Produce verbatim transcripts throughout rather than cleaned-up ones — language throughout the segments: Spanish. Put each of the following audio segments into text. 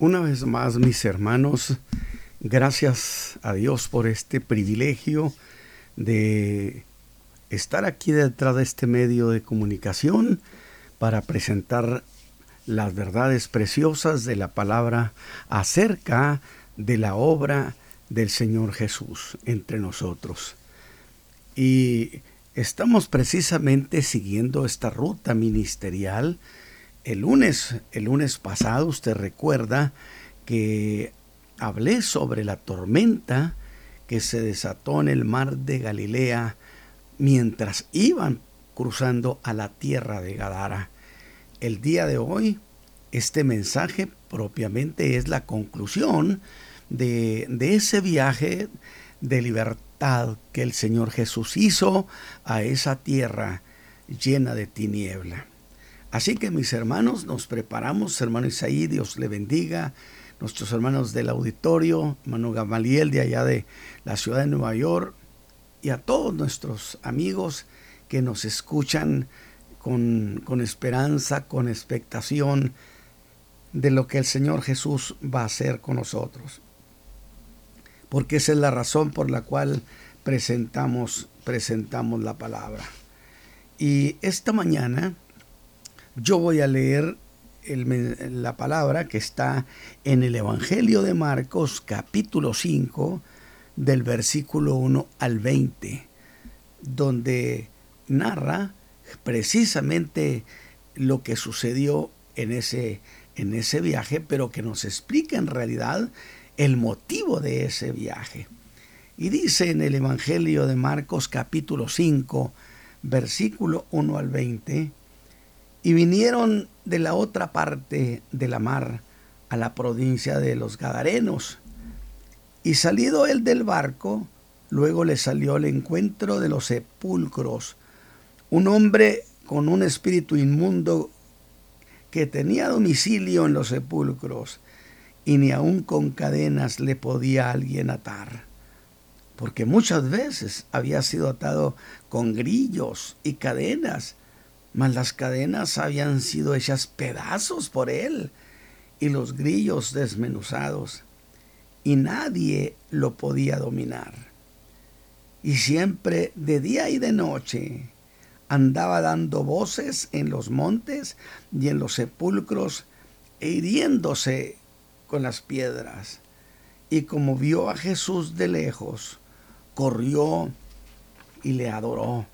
Una vez más, mis hermanos, gracias a Dios por este privilegio de estar aquí detrás de este medio de comunicación para presentar las verdades preciosas de la palabra acerca de la obra del Señor Jesús entre nosotros. Y estamos precisamente siguiendo esta ruta ministerial. El lunes, el lunes pasado, usted recuerda que hablé sobre la tormenta que se desató en el mar de Galilea mientras iban cruzando a la tierra de Gadara. El día de hoy, este mensaje propiamente es la conclusión de, de ese viaje de libertad que el Señor Jesús hizo a esa tierra llena de tiniebla. Así que mis hermanos, nos preparamos, hermano Isaí, Dios le bendiga, nuestros hermanos del auditorio, hermano Gamaliel de allá de la ciudad de Nueva York, y a todos nuestros amigos que nos escuchan con, con esperanza, con expectación de lo que el Señor Jesús va a hacer con nosotros. Porque esa es la razón por la cual presentamos, presentamos la palabra. Y esta mañana yo voy a leer el, la palabra que está en el Evangelio de Marcos, capítulo cinco, del versículo uno al veinte, donde narra precisamente lo que sucedió en ese, en ese viaje, pero que nos explica en realidad el motivo de ese viaje. Y dice en el Evangelio de Marcos, capítulo cinco, versículo uno al veinte, y vinieron de la otra parte de la mar a la provincia de los Gadarenos. Y salido él del barco, luego le salió al encuentro de los sepulcros un hombre con un espíritu inmundo que tenía domicilio en los sepulcros, y ni aun con cadenas le podía alguien atar, porque muchas veces había sido atado con grillos y cadenas, mas las cadenas habían sido hechas pedazos por él y los grillos desmenuzados, y nadie lo podía dominar. Y siempre de día y de noche andaba dando voces en los montes y en los sepulcros e hiriéndose con las piedras. Y como vio a Jesús de lejos, corrió y le adoró.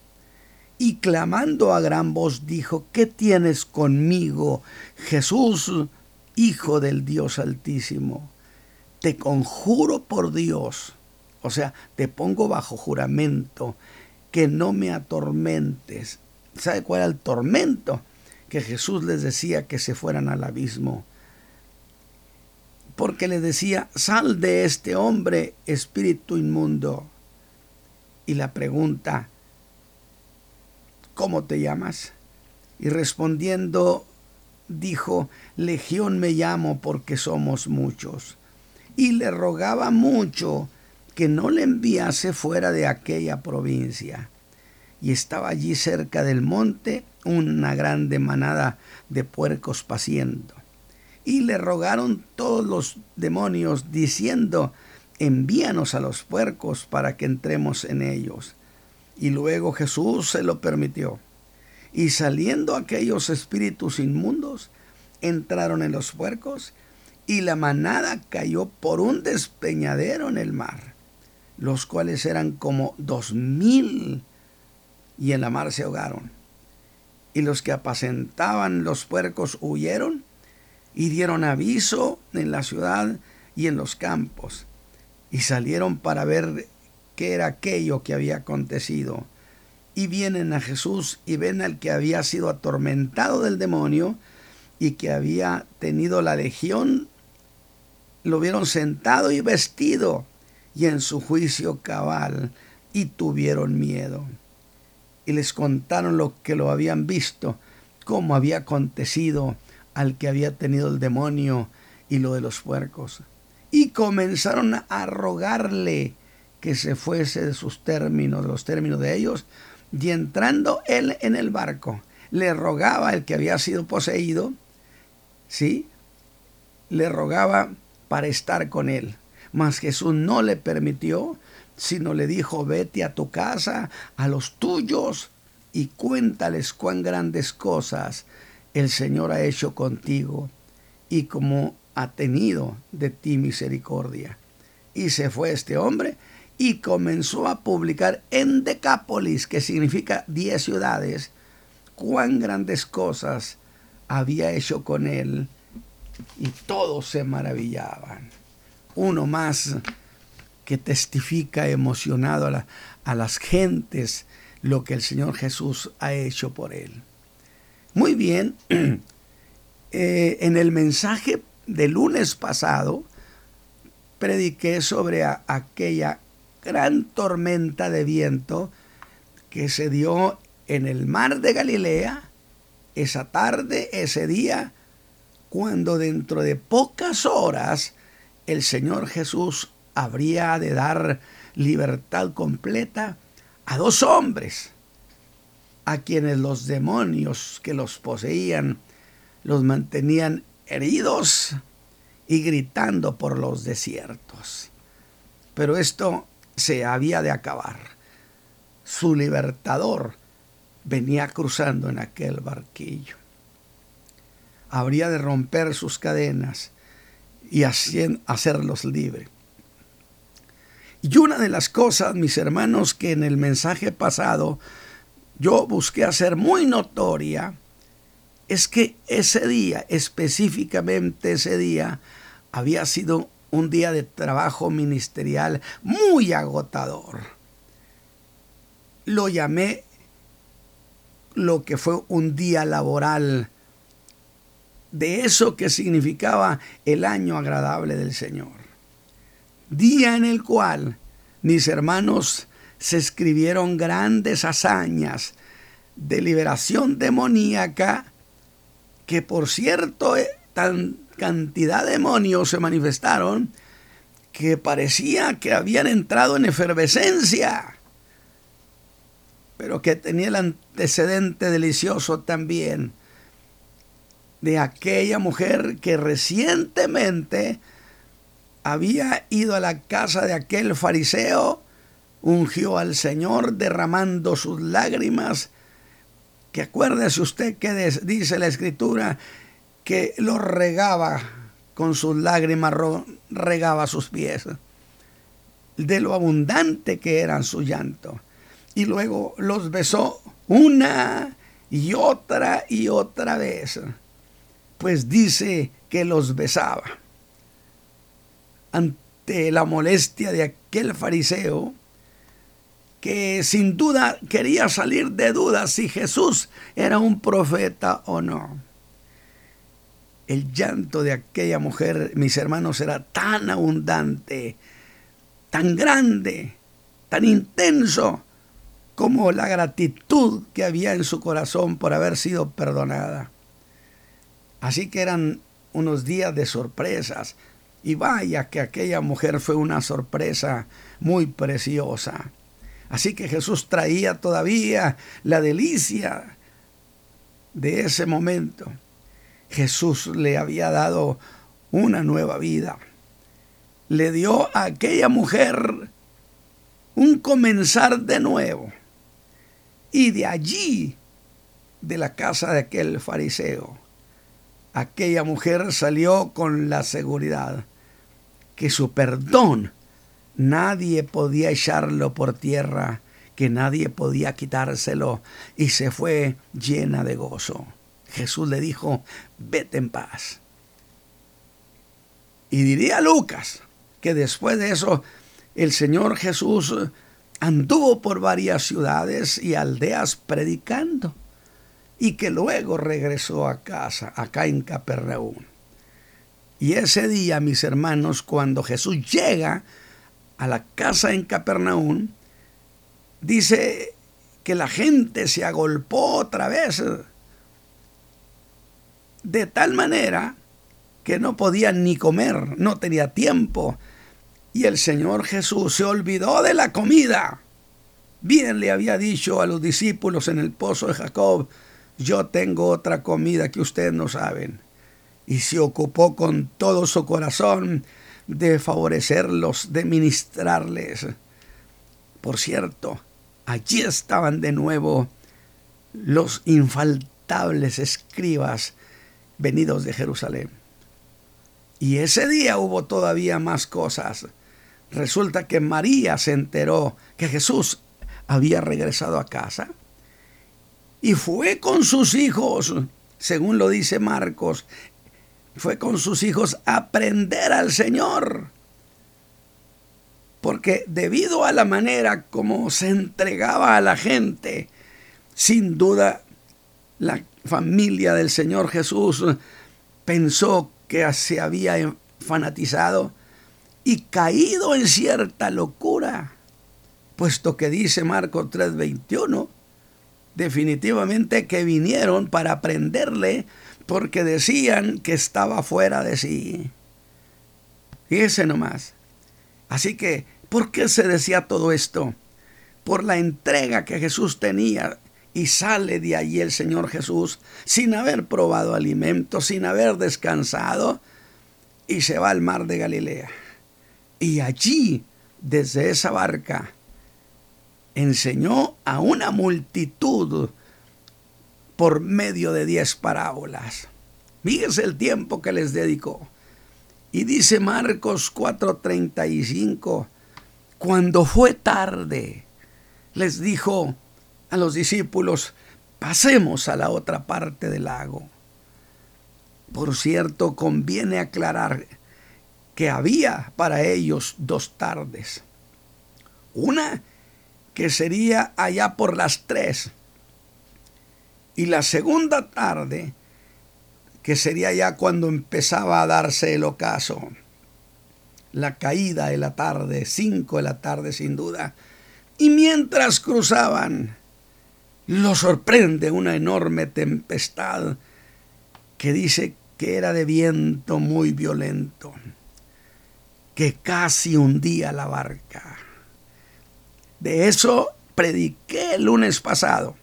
Y clamando a gran voz dijo: ¿qué tienes conmigo, Jesús, Hijo del Dios Altísimo? Te conjuro por Dios, o sea, te pongo bajo juramento, que no me atormentes. ¿Sabe cuál era el tormento? Que Jesús les decía que se fueran al abismo. Porque le decía: sal de este hombre, espíritu inmundo. Y la pregunta: ¿cómo te llamas? Y respondiendo dijo: Legión me llamo, porque somos muchos. Y le rogaba mucho que no le enviase fuera de aquella provincia. Y estaba allí cerca del monte una grande manada de puercos paciendo. Y le rogaron todos los demonios, diciendo: envíanos a los puercos para que entremos en ellos. Y luego Jesús se lo permitió. Y saliendo aquellos espíritus inmundos, entraron en los puercos, y la manada cayó por un despeñadero en el mar, los cuales eran como dos mil, y en la mar se ahogaron. Y los que apacentaban los puercos huyeron y dieron aviso en la ciudad y en los campos, y salieron para ver qué era aquello que había acontecido. Y vienen a Jesús y ven al que había sido atormentado del demonio y que había tenido la legión. Lo vieron sentado y vestido y en su juicio cabal, y tuvieron miedo. Y les contaron lo que lo habían visto, cómo había acontecido al que había tenido el demonio y lo de los puercos. Y comenzaron a rogarle que se fuese de sus términos, de los términos de ellos. Y entrando él en el barco, le rogaba el que había sido poseído, ¿sí?, le rogaba para estar con él. Mas Jesús no le permitió, sino le dijo: vete a tu casa, a los tuyos, y cuéntales cuán grandes cosas el Señor ha hecho contigo y cómo ha tenido de ti misericordia. Y se fue este hombre y comenzó a publicar en Decápolis, que significa diez ciudades, cuán grandes cosas había hecho con él, y todos se maravillaban. Uno más que testifica emocionado a, la, a las gentes lo que el Señor Jesús ha hecho por él. Muy bien, eh, en el mensaje del lunes pasado prediqué sobre a, aquella gran tormenta de viento que se dio en el mar de Galilea esa tarde, ese día, cuando dentro de pocas horas el Señor Jesús habría de dar libertad completa a dos hombres, a quienes los demonios que los poseían los mantenían heridos y gritando por los desiertos. Pero esto se había de acabar. Su libertador venía cruzando en aquel barquillo. Habría de romper sus cadenas y hacerlos libres. Y una de las cosas, mis hermanos, que en el mensaje pasado yo busqué hacer muy notoria, es que ese día, específicamente ese día, había sido un día de trabajo ministerial muy agotador. Lo llamé lo que fue un día laboral, de eso que significaba el año agradable del Señor. Día en el cual, mis hermanos, se escribieron grandes hazañas de liberación demoníaca, que por cierto, tan cantidad de demonios se manifestaron que parecía que habían entrado en efervescencia, pero que tenía el antecedente delicioso también de aquella mujer que recientemente había ido a la casa de aquel fariseo, ungió al Señor derramando sus lágrimas, que acuérdese usted que dice la Escritura que los regaba con sus lágrimas, regaba sus pies, de lo abundante que eran su llanto. Y luego los besó una y otra y otra vez, pues dice que los besaba. Ante la molestia de aquel fariseo, que sin duda quería salir de dudas si Jesús era un profeta o no. El llanto de aquella mujer, mis hermanos, era tan abundante, tan grande, tan intenso, como la gratitud que había en su corazón por haber sido perdonada. Así que eran unos días de sorpresas. Y vaya que aquella mujer fue una sorpresa muy preciosa. Así que Jesús traía todavía la delicia de ese momento. Jesús le había dado una nueva vida. Le dio a aquella mujer un comenzar de nuevo. Y de allí, de la casa de aquel fariseo, aquella mujer salió con la seguridad que su perdón nadie podía echarlo por tierra, que nadie podía quitárselo, y se fue llena de gozo. Jesús le dijo: vete en paz. Y diría Lucas que después de eso el Señor Jesús anduvo por varias ciudades y aldeas predicando, y que luego regresó a casa, acá en Capernaum. Y ese día, mis hermanos, cuando Jesús llega a la casa en Capernaum, dice que la gente se agolpó otra vez, de tal manera que no podían ni comer, no tenía tiempo. Y el Señor Jesús se olvidó de la comida. Bien le había dicho a los discípulos en el pozo de Jacob: yo tengo otra comida que ustedes no saben. y se ocupó con todo su corazón de favorecerlos, de ministrarles. Por cierto, allí estaban de nuevo los infaltables escribas venidos de Jerusalén. Y ese día hubo todavía más cosas. Resulta que María se enteró que Jesús había regresado a casa y fue con sus hijos, según lo dice Marcos, fue con sus hijos a prender al Señor. Porque debido a la manera como se entregaba a la gente, sin duda la familia del Señor Jesús pensó que se había fanatizado y caído en cierta locura, puesto que dice Marcos tres veintiuno, definitivamente que vinieron para prenderle porque decían que estaba fuera de sí. Fíjese nomás. Así que, ¿por qué se decía todo esto? Por la entrega que Jesús tenía. Y sale de allí el Señor Jesús sin haber probado alimento, sin haber descansado, y se va al mar de Galilea. Y allí, desde esa barca, enseñó a una multitud por medio de diez parábolas. Fíjese el tiempo que les dedicó. Y dice Marcos cuatro treinta y cinco, cuando fue tarde, les dijo a los discípulos, pasemos a la otra parte del lago. Por cierto, conviene aclarar que había para ellos dos tardes. Una que sería allá por las tres, y la segunda tarde que sería ya cuando empezaba a darse el ocaso, la caída de la tarde, cinco de la tarde sin duda. Y mientras cruzaban, lo sorprende una enorme tempestad que dice que era de viento muy violento, que casi hundía la barca. De eso prediqué el lunes pasado.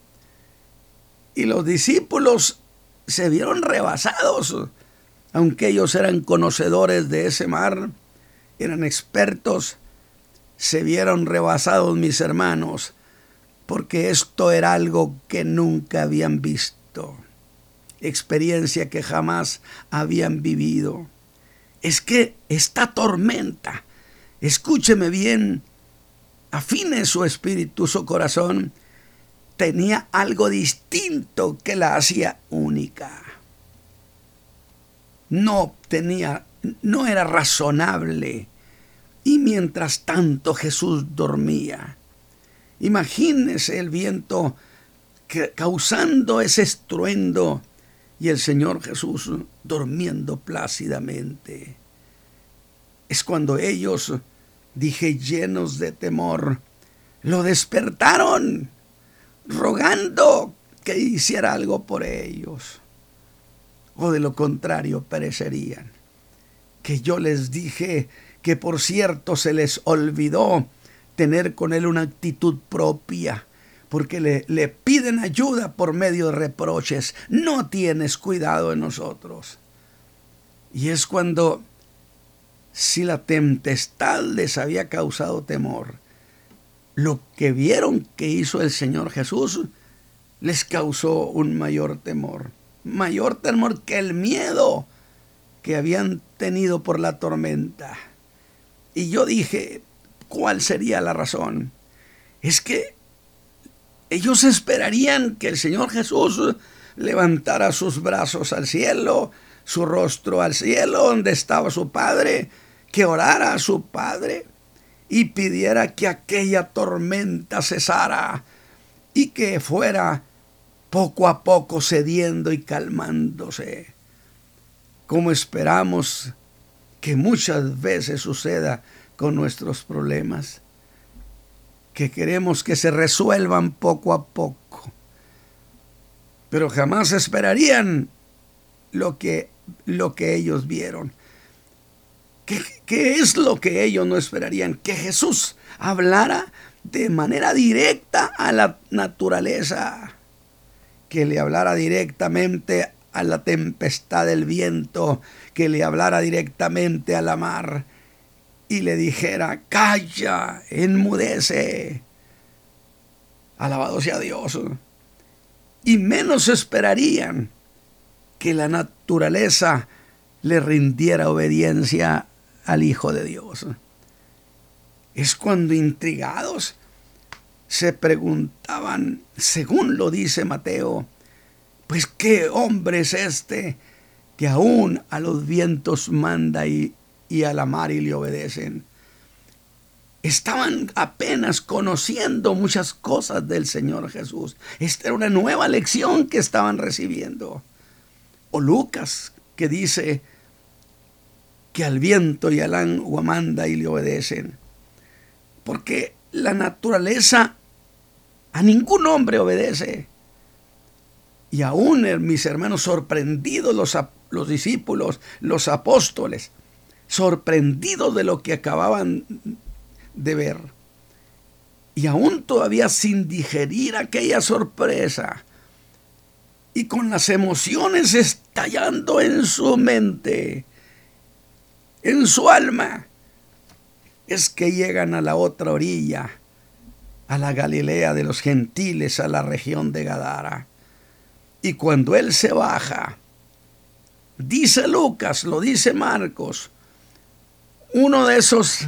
Y los discípulos se vieron rebasados, aunque ellos eran conocedores de ese mar, eran expertos, se vieron rebasados, mis hermanos, porque esto era algo que nunca habían visto, experiencia que jamás habían vivido. Es que esta tormenta, escúcheme bien, afine su espíritu, su corazón, tenía algo distinto que la hacía única. No tenía, no era razonable. Y mientras tanto Jesús dormía. Imagínese el viento que, causando ese estruendo y el Señor Jesús durmiendo plácidamente. Es cuando ellos, dije, llenos de temor, lo despertaron, rogando que hiciera algo por ellos, o de lo contrario perecerían. Que yo les dije que por cierto se les olvidó tener con él una actitud propia, porque le, le piden ayuda por medio de reproches. No tienes cuidado de nosotros. Y es cuando, si la tempestad les había causado temor, lo que vieron que hizo el Señor Jesús les causó un mayor temor. Mayor temor que el miedo que habían tenido por la tormenta. Y yo dije, ¿cuál sería la razón? Es que ellos esperarían que el Señor Jesús levantara sus brazos al cielo, su rostro al cielo donde estaba su Padre, que orara a su Padre y pidiera que aquella tormenta cesara y que fuera poco a poco cediendo y calmándose, como esperamos que muchas veces suceda con nuestros problemas, que queremos que se resuelvan poco a poco, pero jamás esperarían lo que, lo que ellos vieron. ¿Qué, ¿Qué es lo que ellos no esperarían? Que Jesús hablara de manera directa a la naturaleza, que le hablara directamente a la tempestad del viento que le hablara directamente a la mar y le dijera: calla, enmudece. Alabado sea Dios. Y menos esperarían que la naturaleza le rindiera obediencia al Hijo de Dios. Es cuando, intrigados, se preguntaban, según lo dice Mateo, pues ¿qué hombre es este que aún a los vientos manda y, y a la mar y le obedecen? Estaban apenas conociendo muchas cosas del Señor Jesús. Esta era una nueva lección que estaban recibiendo. O Lucas, que dice que al viento y al agua manda y le obedecen. Porque la naturaleza a ningún hombre obedece. Y aún, mis hermanos, sorprendidos los, los discípulos, los apóstoles, sorprendidos de lo que acababan de ver, y aún todavía sin digerir aquella sorpresa, y con las emociones estallando en su mente, en su alma, es que llegan a la otra orilla, a la Galilea de los gentiles, a la región de Gadara. Y cuando él se baja, dice Lucas, lo dice Marcos, uno de esos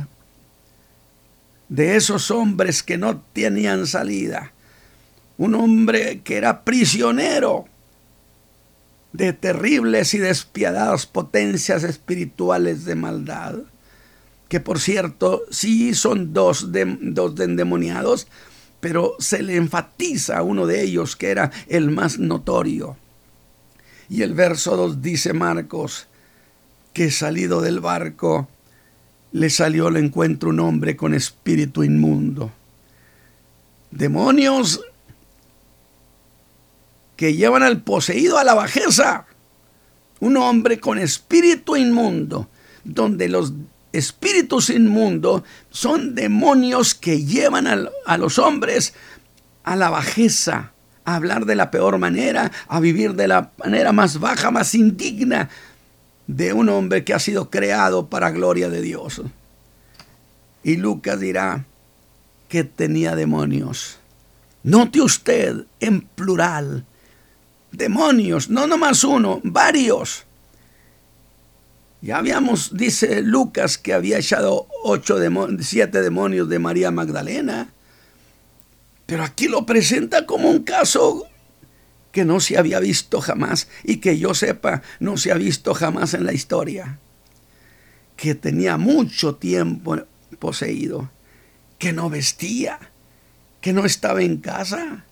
de esos hombres que no tenían salida, un hombre que era prisionero de terribles y despiadadas potencias espirituales de maldad, que por cierto sí son dos, de, dos de endemoniados, pero se le enfatiza a uno de ellos que era el más notorio. Y el verso dos dice Marcos que salido del barco le salió al encuentro un hombre con espíritu inmundo. Demonios que llevan al poseído a la bajeza. Un hombre con espíritu inmundo, donde los espíritus inmundos son demonios que llevan a, a los hombres a la bajeza, a hablar de la peor manera, a vivir de la manera más baja, más indigna de un hombre que ha sido creado para gloria de Dios. Y Lucas dirá que tenía demonios. Note usted en plural, demonios, no nomás uno, varios. Ya habíamos, dice Lucas, que había echado ocho demonios, siete demonios de María Magdalena. Pero aquí lo presenta como un caso que no se había visto jamás, y que yo sepa, no se ha visto jamás en la historia. Que tenía mucho tiempo poseído, que no vestía, que no estaba en casa.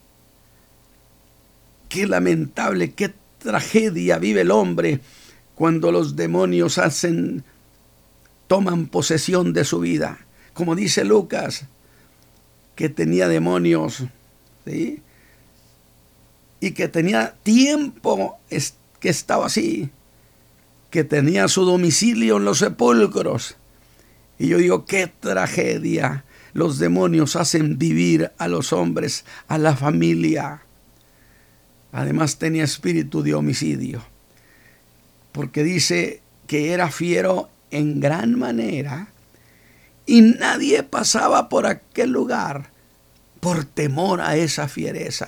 Qué lamentable, qué tragedia vive el hombre cuando los demonios hacen, toman posesión de su vida. Como dice Lucas, que tenía demonios, ¿sí? Y que tenía tiempo que estaba así, que tenía su domicilio en los sepulcros. Y yo digo, qué tragedia. Los demonios hacen vivir a los hombres, a la familia. Además tenía espíritu de homicidio, porque dice que era fiero en gran manera y nadie pasaba por aquel lugar por temor a esa fiereza.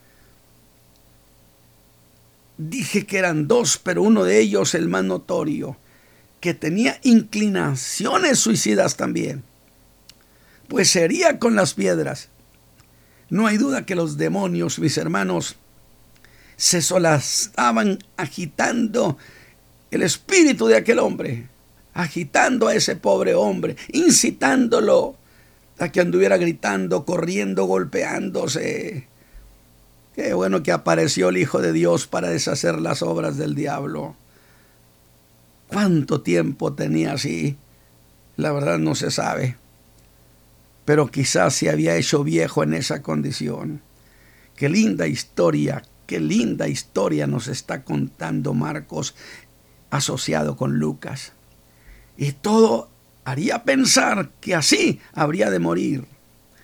Dije que eran dos, pero uno de ellos, el más notorio, que tenía inclinaciones suicidas también, pues sería con las piedras. No hay duda que los demonios, mis hermanos, se solazaban agitando el espíritu de aquel hombre, agitando a ese pobre hombre, incitándolo a que anduviera gritando, corriendo, golpeándose. Qué bueno que apareció el Hijo de Dios para deshacer las obras del diablo. ¿Cuánto tiempo tenía así? La verdad no se sabe. Pero quizás se había hecho viejo en esa condición. Qué linda historia, qué linda historia nos está contando Marcos asociado con Lucas. Y todo haría pensar que así habría de morir.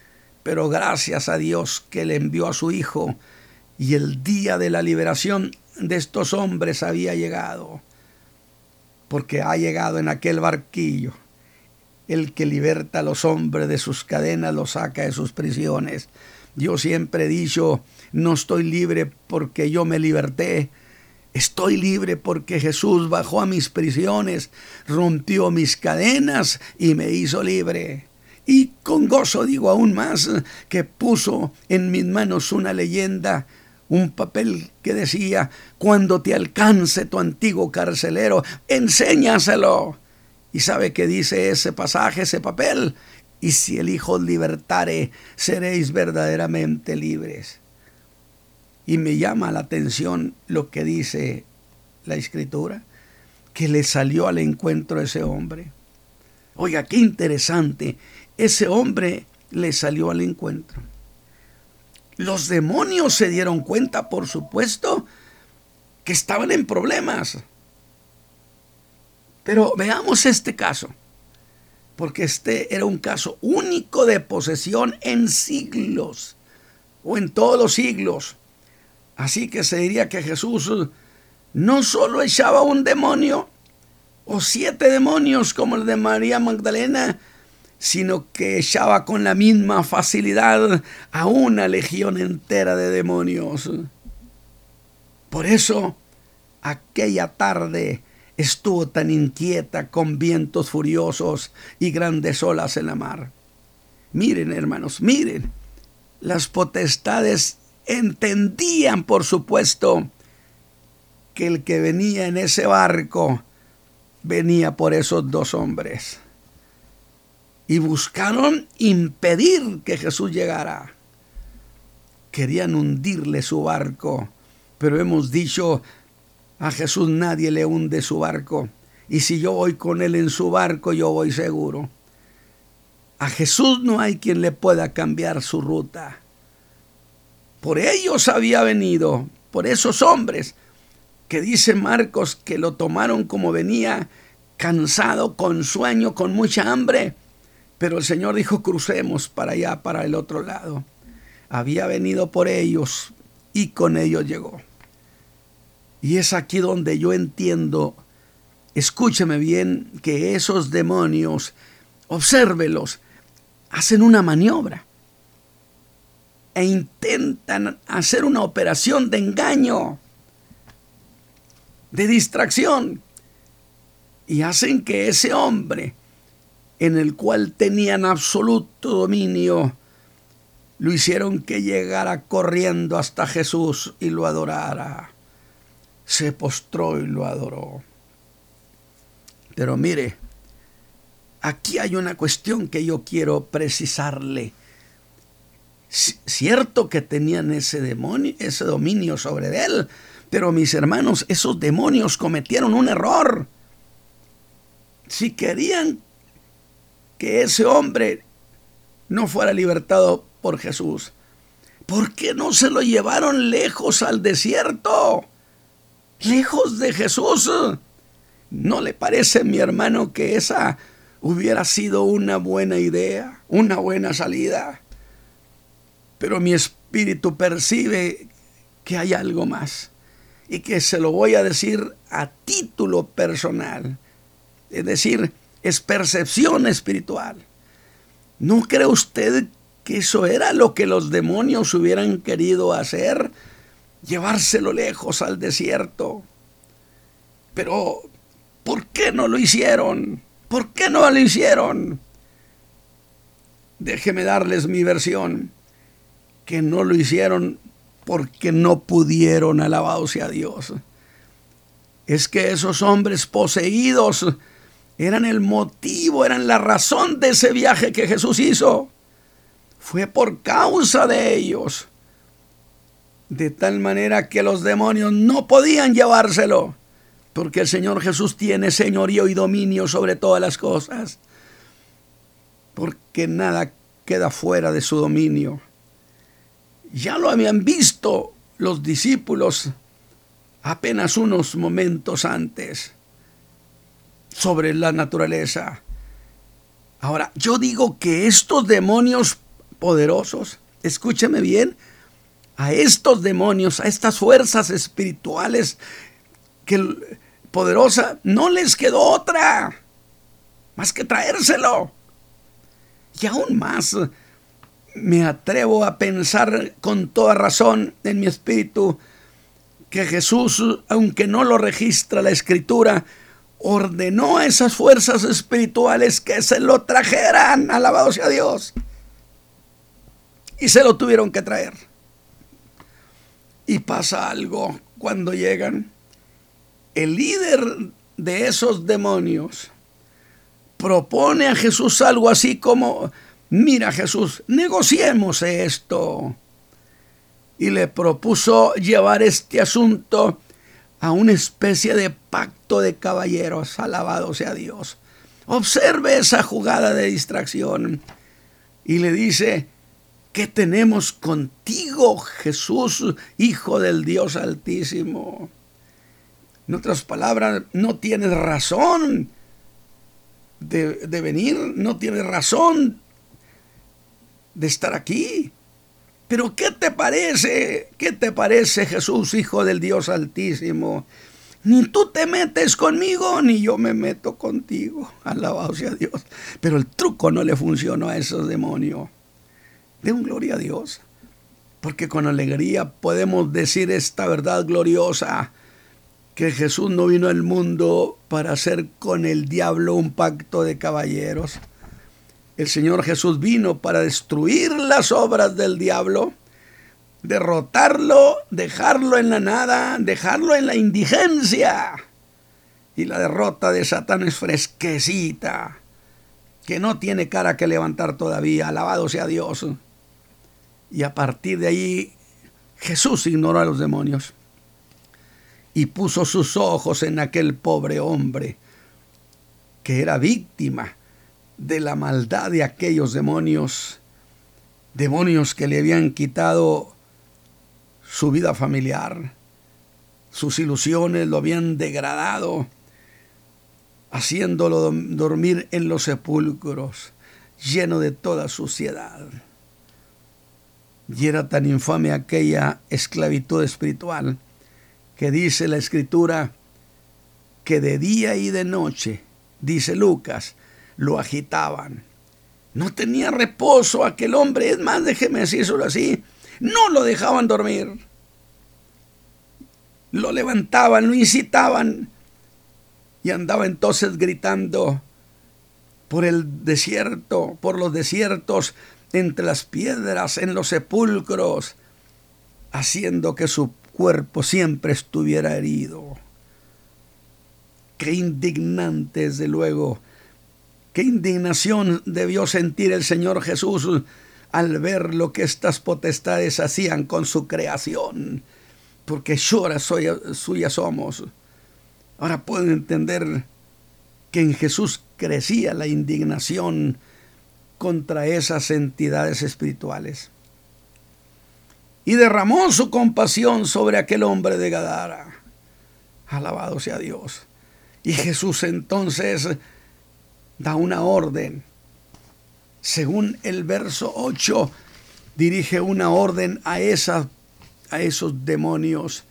Pero gracias a Dios que le envió a su Hijo, y el día de la liberación de estos hombres había llegado, porque ha llegado en aquel barquillo. El que liberta a los hombres de sus cadenas, los saca de sus prisiones. Yo siempre he dicho, no estoy libre porque yo me liberté. Estoy libre porque Jesús bajó a mis prisiones, rompió mis cadenas y me hizo libre. Y con gozo digo aún más que puso en mis manos una leyenda, un papel que decía: cuando te alcance tu antiguo carcelero, enséñaselo. ¿Y sabe qué dice ese pasaje, ese papel? Y si el Hijo os libertare, seréis verdaderamente libres. Y me llama la atención lo que dice la Escritura, que le salió al encuentro a ese hombre. Oiga, qué interesante, ese hombre le salió al encuentro. Los demonios se dieron cuenta, por supuesto, que estaban en problemas. Pero veamos este caso, porque este era un caso único de posesión en siglos, o en todos los siglos. Así que se diría que Jesús no solo echaba un demonio o siete demonios como el de María Magdalena, sino que echaba con la misma facilidad a una legión entera de demonios. Por eso, aquella tarde estuvo tan inquieta con vientos furiosos y grandes olas en la mar. Miren, hermanos, miren, las potestades entendían, por supuesto, que el que venía en ese barco venía por esos dos hombres. Y buscaron impedir que Jesús llegara. Querían hundirle su barco, pero hemos dicho, a Jesús nadie le hunde su barco. Y si yo voy con él en su barco, yo voy seguro. A Jesús no hay quien le pueda cambiar su ruta. Por ellos había venido, por esos hombres, que dice Marcos que lo tomaron como venía, cansado, con sueño, con mucha hambre. Pero el Señor dijo, crucemos para allá, para el otro lado. Había venido por ellos y con ellos llegó. Y es aquí donde yo entiendo, escúcheme bien, que esos demonios, obsérvelos, hacen una maniobra e intentan hacer una operación de engaño, de distracción, y hacen que ese hombre, en el cual tenían absoluto dominio, lo hicieron que llegara corriendo hasta Jesús y lo adorara. Se postró y lo adoró. Pero mire, aquí hay una cuestión que yo quiero precisarle. Cierto que tenían ese demonio, ese dominio sobre él, pero mis hermanos, esos demonios cometieron un error. Si querían que ese hombre no fuera libertado por Jesús, ¿por qué no se lo llevaron lejos al desierto? Lejos de Jesús. ¿No le parece, mi hermano, que esa hubiera sido una buena idea, una buena salida? Pero mi espíritu percibe que hay algo más y que se lo voy a decir a título personal. Es decir, es percepción espiritual. ¿No cree usted que eso era lo que los demonios hubieran querido hacer? Llevárselo lejos al desierto. Pero, ¿por qué no lo hicieron? ¿Por qué no lo hicieron? Déjeme darles mi versión. Que no lo hicieron porque no pudieron, alabado sea Dios. Es que esos hombres poseídos eran el motivo, eran la razón de ese viaje que Jesús hizo. Fue por causa de ellos. De tal manera que los demonios no podían llevárselo, porque el Señor Jesús tiene señorío y dominio sobre todas las cosas, porque nada queda fuera de su dominio. Ya lo habían visto los discípulos apenas unos momentos antes sobre la naturaleza. Ahora, yo digo que estos demonios poderosos, escúcheme bien, a estos demonios, a estas fuerzas espirituales que poderosa, no les quedó otra más que traérselo. Y aún más, me atrevo a pensar con toda razón en mi espíritu que Jesús, aunque no lo registra la Escritura, ordenó a esas fuerzas espirituales que se lo trajeran, alabado sea Dios. Y se lo tuvieron que traer. Y pasa algo cuando llegan. El líder de esos demonios propone a Jesús algo así como: mira, Jesús, negociemos esto. Y le propuso llevar este asunto a una especie de pacto de caballeros, alabado sea Dios. Observe esa jugada de distracción. Y le dice: ¿qué tenemos contigo, Jesús, Hijo del Dios Altísimo? En otras palabras, no tienes razón de, de venir, no tienes razón de estar aquí. Pero ¿qué te parece? ¿Qué te parece, Jesús, Hijo del Dios Altísimo? Ni tú te metes conmigo, ni yo me meto contigo. Alabado sea Dios. Pero el truco no le funcionó a esos demonios. Den gloria a Dios, porque con alegría podemos decir esta verdad gloriosa, que Jesús no vino al mundo para hacer con el diablo un pacto de caballeros. El Señor Jesús vino para destruir las obras del diablo, derrotarlo, dejarlo en la nada, dejarlo en la indigencia. Y la derrota de Satán es fresquecita, que no tiene cara que levantar todavía. Alabado sea Dios. Y a partir de ahí, Jesús ignoró a los demonios y puso sus ojos en aquel pobre hombre que era víctima de la maldad de aquellos demonios, demonios que le habían quitado su vida familiar, sus ilusiones, lo habían degradado, haciéndolo dormir en los sepulcros, lleno de toda suciedad. Y era tan infame aquella esclavitud espiritual que dice la Escritura que de día y de noche, dice Lucas, lo agitaban. No tenía reposo aquel hombre. Es más, déjeme decírselo así, no lo dejaban dormir. Lo levantaban, lo incitaban y andaba entonces gritando por el desierto, por los desiertos, entre las piedras, en los sepulcros, haciendo que su cuerpo siempre estuviera herido. Qué indignante, desde luego, qué indignación debió sentir el Señor Jesús al ver lo que estas potestades hacían con su creación, porque lloras suyas somos. Ahora pueden entender que en Jesús crecía la indignación contra esas entidades espirituales. Y derramó su compasión sobre aquel hombre de Gadara. Alabado sea Dios. Y Jesús entonces da una orden. Según el verso ocho, dirige una orden a, esa, a esos demonios.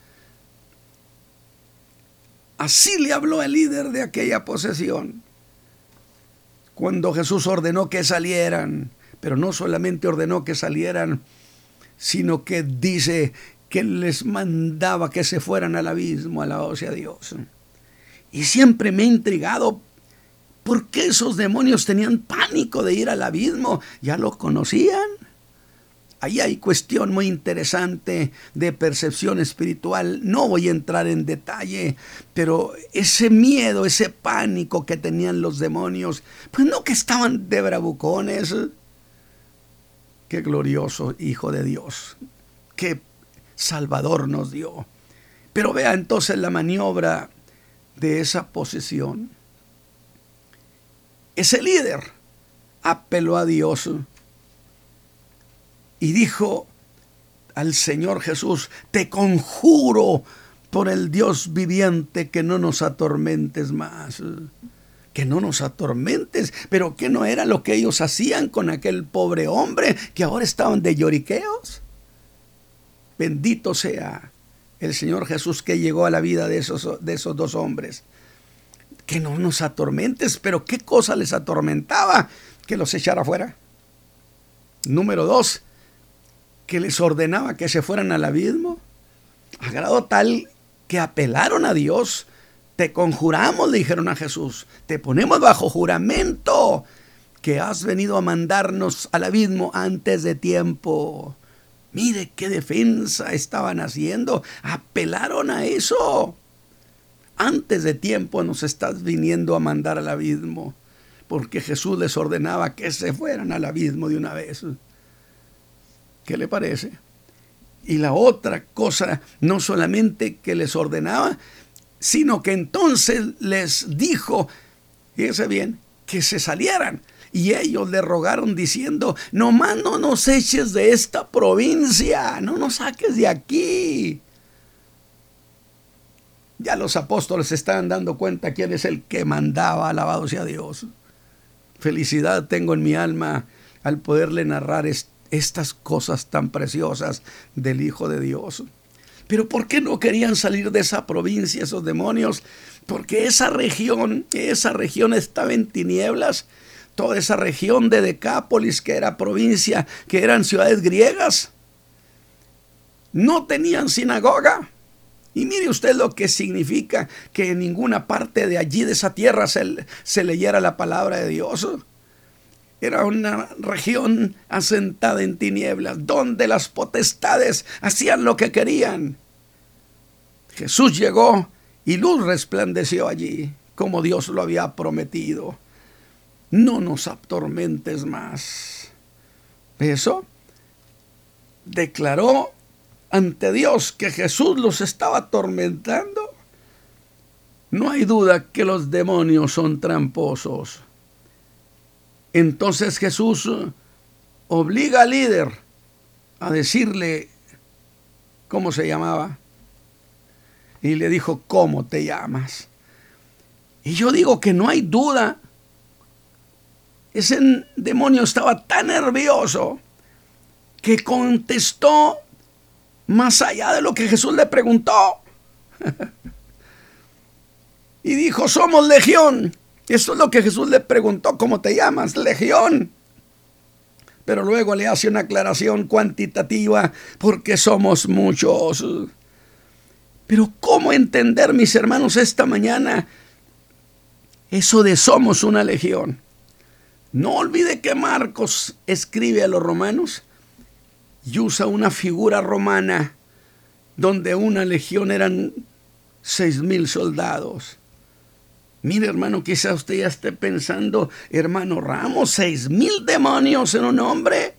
Así le habló el líder de aquella posesión. Cuando Jesús ordenó que salieran, pero no solamente ordenó que salieran, sino que dice que les mandaba que se fueran al abismo, alabado sea Dios. Y siempre me ha intrigado por qué esos demonios tenían pánico de ir al abismo. ¿Ya lo conocían? Ahí hay cuestión muy interesante de percepción espiritual. No voy a entrar en detalle, pero ese miedo, ese pánico que tenían los demonios, pues no que estaban de bravucones. Qué glorioso Hijo de Dios, qué Salvador nos dio. Pero vea entonces la maniobra de esa posesión. Ese líder apeló a Dios y dijo al Señor Jesús: te conjuro por el Dios viviente que no nos atormentes más. Que no nos atormentes. Pero ¿qué no era lo que ellos hacían con aquel pobre hombre que ahora estaban de lloriqueos? Bendito sea el Señor Jesús que llegó a la vida de esos, de esos dos hombres. Que no nos atormentes, pero ¿qué cosa les atormentaba? Que los echara fuera. Número dos, que les ordenaba que se fueran al abismo. A grado tal que apelaron a Dios. Te conjuramos, le dijeron a Jesús, te ponemos bajo juramento que has venido a mandarnos al abismo antes de tiempo. Mire qué defensa estaban haciendo. Apelaron a eso. Antes de tiempo nos estás viniendo a mandar al abismo, porque Jesús les ordenaba que se fueran al abismo de una vez. ¿Qué le parece? Y la otra cosa, no solamente que les ordenaba, sino que entonces les dijo, fíjense bien, que se salieran. Y ellos le rogaron diciendo, nomás no nos eches de esta provincia, no nos saques de aquí. Ya los apóstoles se estaban dando cuenta quién es el que mandaba, alabado sea Dios. Felicidad tengo en mi alma al poderle narrar est- estas cosas tan preciosas del Hijo de Dios. Pero ¿por qué no querían salir de esa provincia esos demonios? Porque esa región, esa región estaba en tinieblas. Toda esa región de Decápolis, que era provincia, que eran ciudades griegas, no tenían sinagoga. Y mire usted lo que significa que en ninguna parte de allí, de esa tierra, se, se leyera la palabra de Dios. Era una región asentada en tinieblas, donde las potestades hacían lo que querían. Jesús llegó y luz resplandeció allí, como Dios lo había prometido. No nos atormentes más. Eso declaró ante Dios que Jesús los estaba atormentando. No hay duda que los demonios son tramposos. Entonces Jesús obliga al líder a decirle cómo se llamaba. Y le dijo, ¿cómo te llamas? Y yo digo que no hay duda. Ese demonio estaba tan nervioso que contestó más allá de lo que Jesús le preguntó. Y dijo, somos legión. Eso es lo que Jesús le preguntó, ¿cómo te llamas? Legión. Pero luego le hace una aclaración cuantitativa, porque somos muchos. Pero ¿cómo entender, mis hermanos, esta mañana eso de somos una legión? No olvide que Marcos escribe a los romanos y usa una figura romana donde una legión eran seis mil soldados. Mire, hermano, quizá usted ya esté pensando, hermano Ramos, seis mil demonios en un hombre.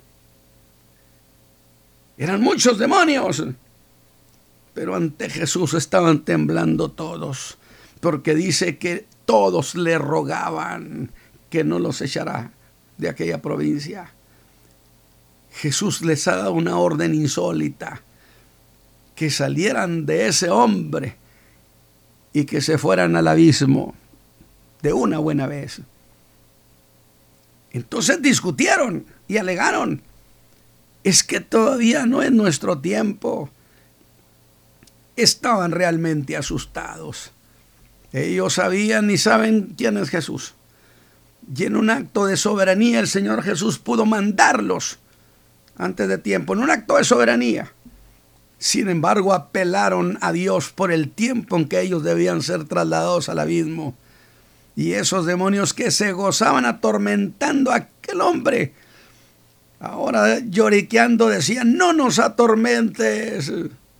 Eran muchos demonios. Pero ante Jesús estaban temblando todos, porque dice que todos le rogaban que no los echará de aquella provincia. Jesús les ha dado una orden insólita, que salieran de ese hombre y que se fueran al abismo de una buena vez. Entonces discutieron y alegaron, es que todavía no es nuestro tiempo. Estaban realmente asustados. Ellos sabían y saben quién es Jesús. Y en un acto de soberanía el Señor Jesús pudo mandarlos antes de tiempo, en un acto de soberanía. Sin embargo, apelaron a Dios por el tiempo en que ellos debían ser trasladados al abismo. Y esos demonios que se gozaban atormentando a aquel hombre, ahora lloriqueando decían, no nos atormentes.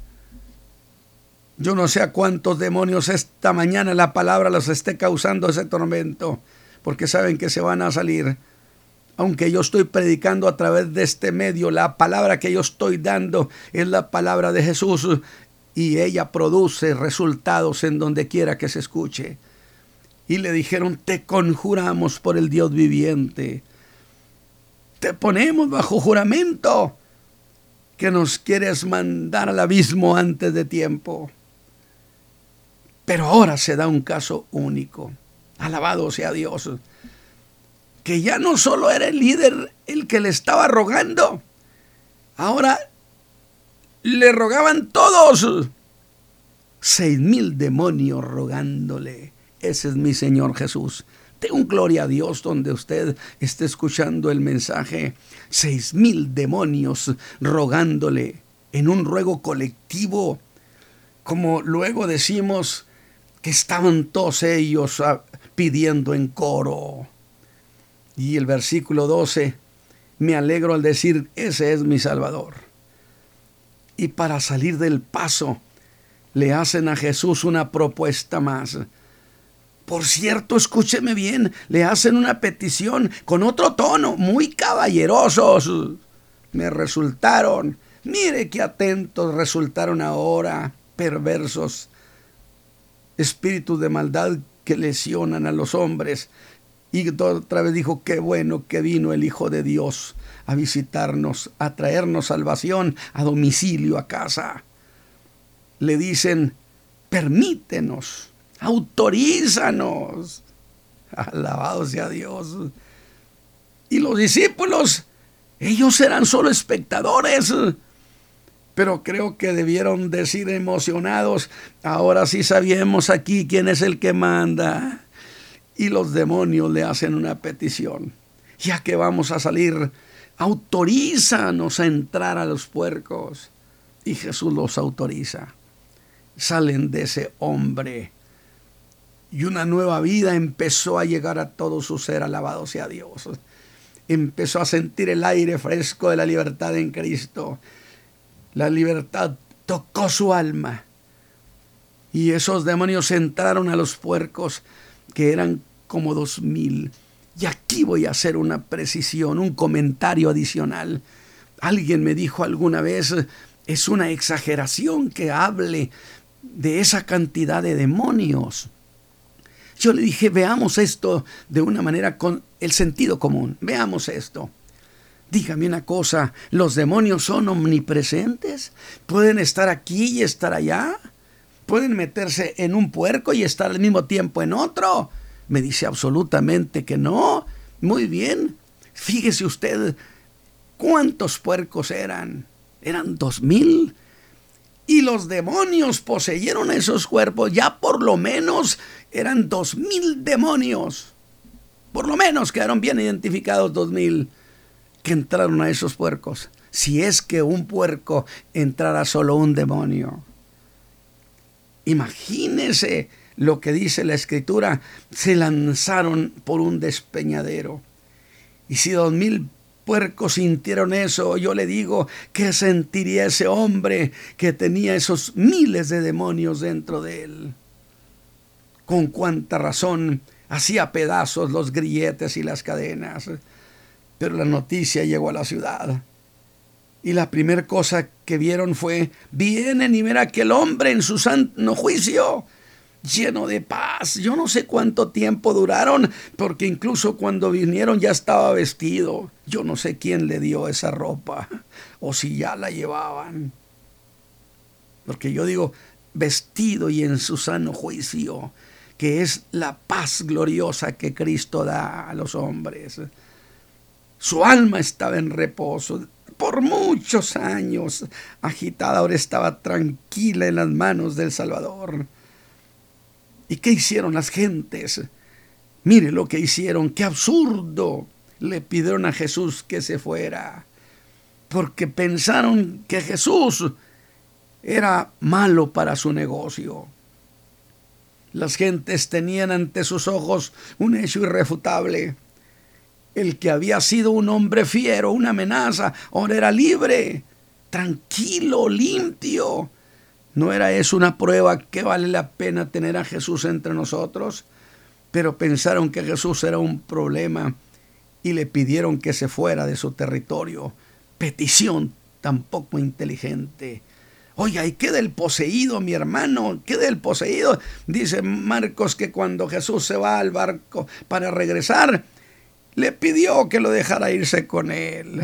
Yo no sé a cuántos demonios esta mañana la palabra los esté causando ese tormento, porque saben que se van a salir. Aunque yo estoy predicando a través de este medio, la palabra que yo estoy dando es la palabra de Jesús, y ella produce resultados en donde quiera que se escuche. Y le dijeron, te conjuramos por el Dios viviente, te ponemos bajo juramento que nos quieres mandar al abismo antes de tiempo. Pero ahora se da un caso único. Alabado sea Dios. Que ya no solo era el líder el que le estaba rogando. Ahora le rogaban todos. Seis mil demonios rogándole. Ese es mi Señor Jesús. Tengo gloria a Dios donde usted esté escuchando el mensaje. Seis mil demonios rogándole en un ruego colectivo, como luego decimos que estaban todos ellos pidiendo en coro. Y el versículo doce, me alegro al decir, ese es mi Salvador. Y para salir del paso, le hacen a Jesús una propuesta más. Por cierto, escúcheme bien, le hacen una petición con otro tono, muy caballerosos. Me resultaron, mire qué atentos resultaron ahora, perversos, espíritus de maldad que lesionan a los hombres. Y otra vez dijo, qué bueno que vino el Hijo de Dios a visitarnos, a traernos salvación a domicilio, a casa. Le dicen, permítenos, autorízanos. Alabado sea Dios. Y los discípulos, ellos eran solo espectadores, pero creo que debieron decir emocionados, ahora sí sabemos aquí quién es el que manda. Y los demonios le hacen una petición, ya que vamos a salir, autorízanos a entrar a los puercos. Y Jesús los autoriza. Salen de ese hombre y una nueva vida empezó a llegar a todo su ser. Alabado sea Dios. Empezó a sentir el aire fresco de la libertad en Cristo. La libertad tocó su alma y esos demonios entraron a los puercos, que eran como dos mil. Y aquí voy a hacer una precisión, un comentario adicional. Alguien me dijo alguna vez, es una exageración que hable de esa cantidad de demonios. Yo le dije, veamos esto de una manera con el sentido común. Veamos esto. Dígame una cosa, ¿los demonios son omnipresentes? ¿Pueden estar aquí y estar allá? ¿Pueden meterse en un puerco y estar al mismo tiempo en otro? Me dice absolutamente que no. Muy bien. Fíjese usted cuántos puercos eran. Eran dos mil. Y los demonios poseyeron esos cuerpos. Ya por lo menos eran dos mil demonios. Por lo menos quedaron bien identificados dos mil que entraron a esos puercos. Si es que un puerco entrara solo un demonio. Imagínese lo que dice la Escritura. Se lanzaron por un despeñadero. Y si dos mil puercos sintieron eso, yo le digo, ¿qué sentiría ese hombre que tenía esos miles de demonios dentro de él? Con cuánta razón hacía pedazos los grilletes y las cadenas. Pero la noticia llegó a la ciudad. Y la primera cosa que vieron fue, vienen y ven a aquel hombre en su sano juicio, lleno de paz. Yo no sé cuánto tiempo duraron, porque incluso cuando vinieron ya estaba vestido. Yo no sé quién le dio esa ropa, o si ya la llevaban. Porque yo digo, vestido y en su sano juicio, que es la paz gloriosa que Cristo da a los hombres. Su alma estaba en reposo. Por muchos años agitada, ahora estaba tranquila en las manos del Salvador. ¿Y qué hicieron las gentes? Mire lo que hicieron, qué absurdo. Le pidieron a Jesús que se fuera, porque pensaron que Jesús era malo para su negocio. Las gentes tenían ante sus ojos un hecho irrefutable. El que había sido un hombre fiero, una amenaza, ahora era libre, tranquilo, limpio. ¿No era eso una prueba que vale la pena tener a Jesús entre nosotros? Pero pensaron que Jesús era un problema y le pidieron que se fuera de su territorio. Petición tan poco inteligente. Oiga, ¿y qué del poseído, mi hermano? ¿Qué del poseído? Dice Marcos que cuando Jesús se va al barco para regresar, le pidió que lo dejara irse con él.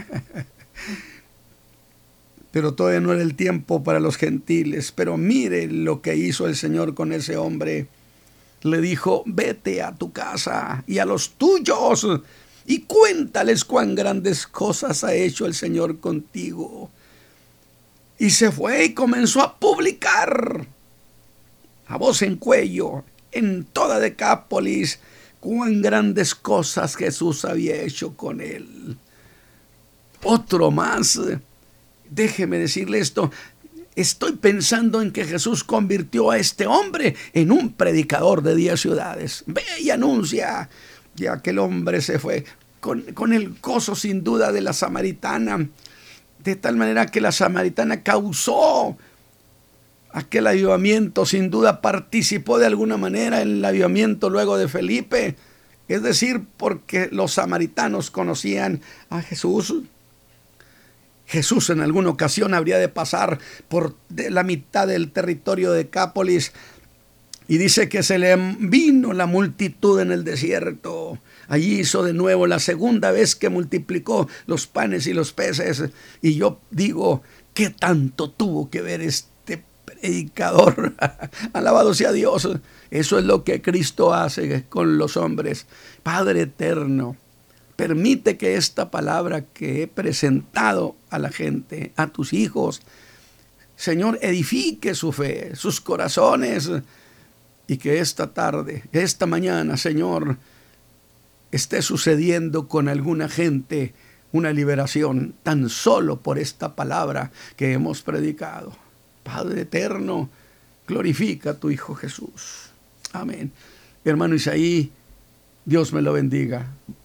Pero todavía no era el tiempo para los gentiles. Pero mire lo que hizo el Señor con ese hombre. Le dijo, vete a tu casa y a los tuyos y cuéntales cuán grandes cosas ha hecho el Señor contigo. Y se fue y comenzó a publicar a voz en cuello en toda Decápolis cuán grandes cosas Jesús había hecho con él. Otro más. Déjeme decirle esto. Estoy pensando en que Jesús convirtió a este hombre en un predicador de diez ciudades. Ve y anuncia. Y aquel hombre se fue con, con el gozo sin duda de la samaritana. De tal manera que la samaritana causó aquel avivamiento. Sin duda participó de alguna manera en el avivamiento luego de Felipe. Es decir, porque los samaritanos conocían a Jesús. Jesús en alguna ocasión habría de pasar por la mitad del territorio de Decápolis y dice que se le vino la multitud en el desierto. Allí hizo de nuevo la segunda vez que multiplicó los panes y los peces. Y yo digo, ¿qué tanto tuvo que ver este predicador? Alabado sea Dios. Eso es lo que Cristo hace con los hombres. Padre eterno, permite que esta palabra que he presentado a la gente, a tus hijos, Señor, edifique su fe, sus corazones, y que esta tarde, esta mañana, Señor, esté sucediendo con alguna gente una liberación tan solo por esta palabra que hemos predicado. Padre eterno, glorifica a tu Hijo Jesús. Amén. Mi hermano Isaí, Dios me lo bendiga.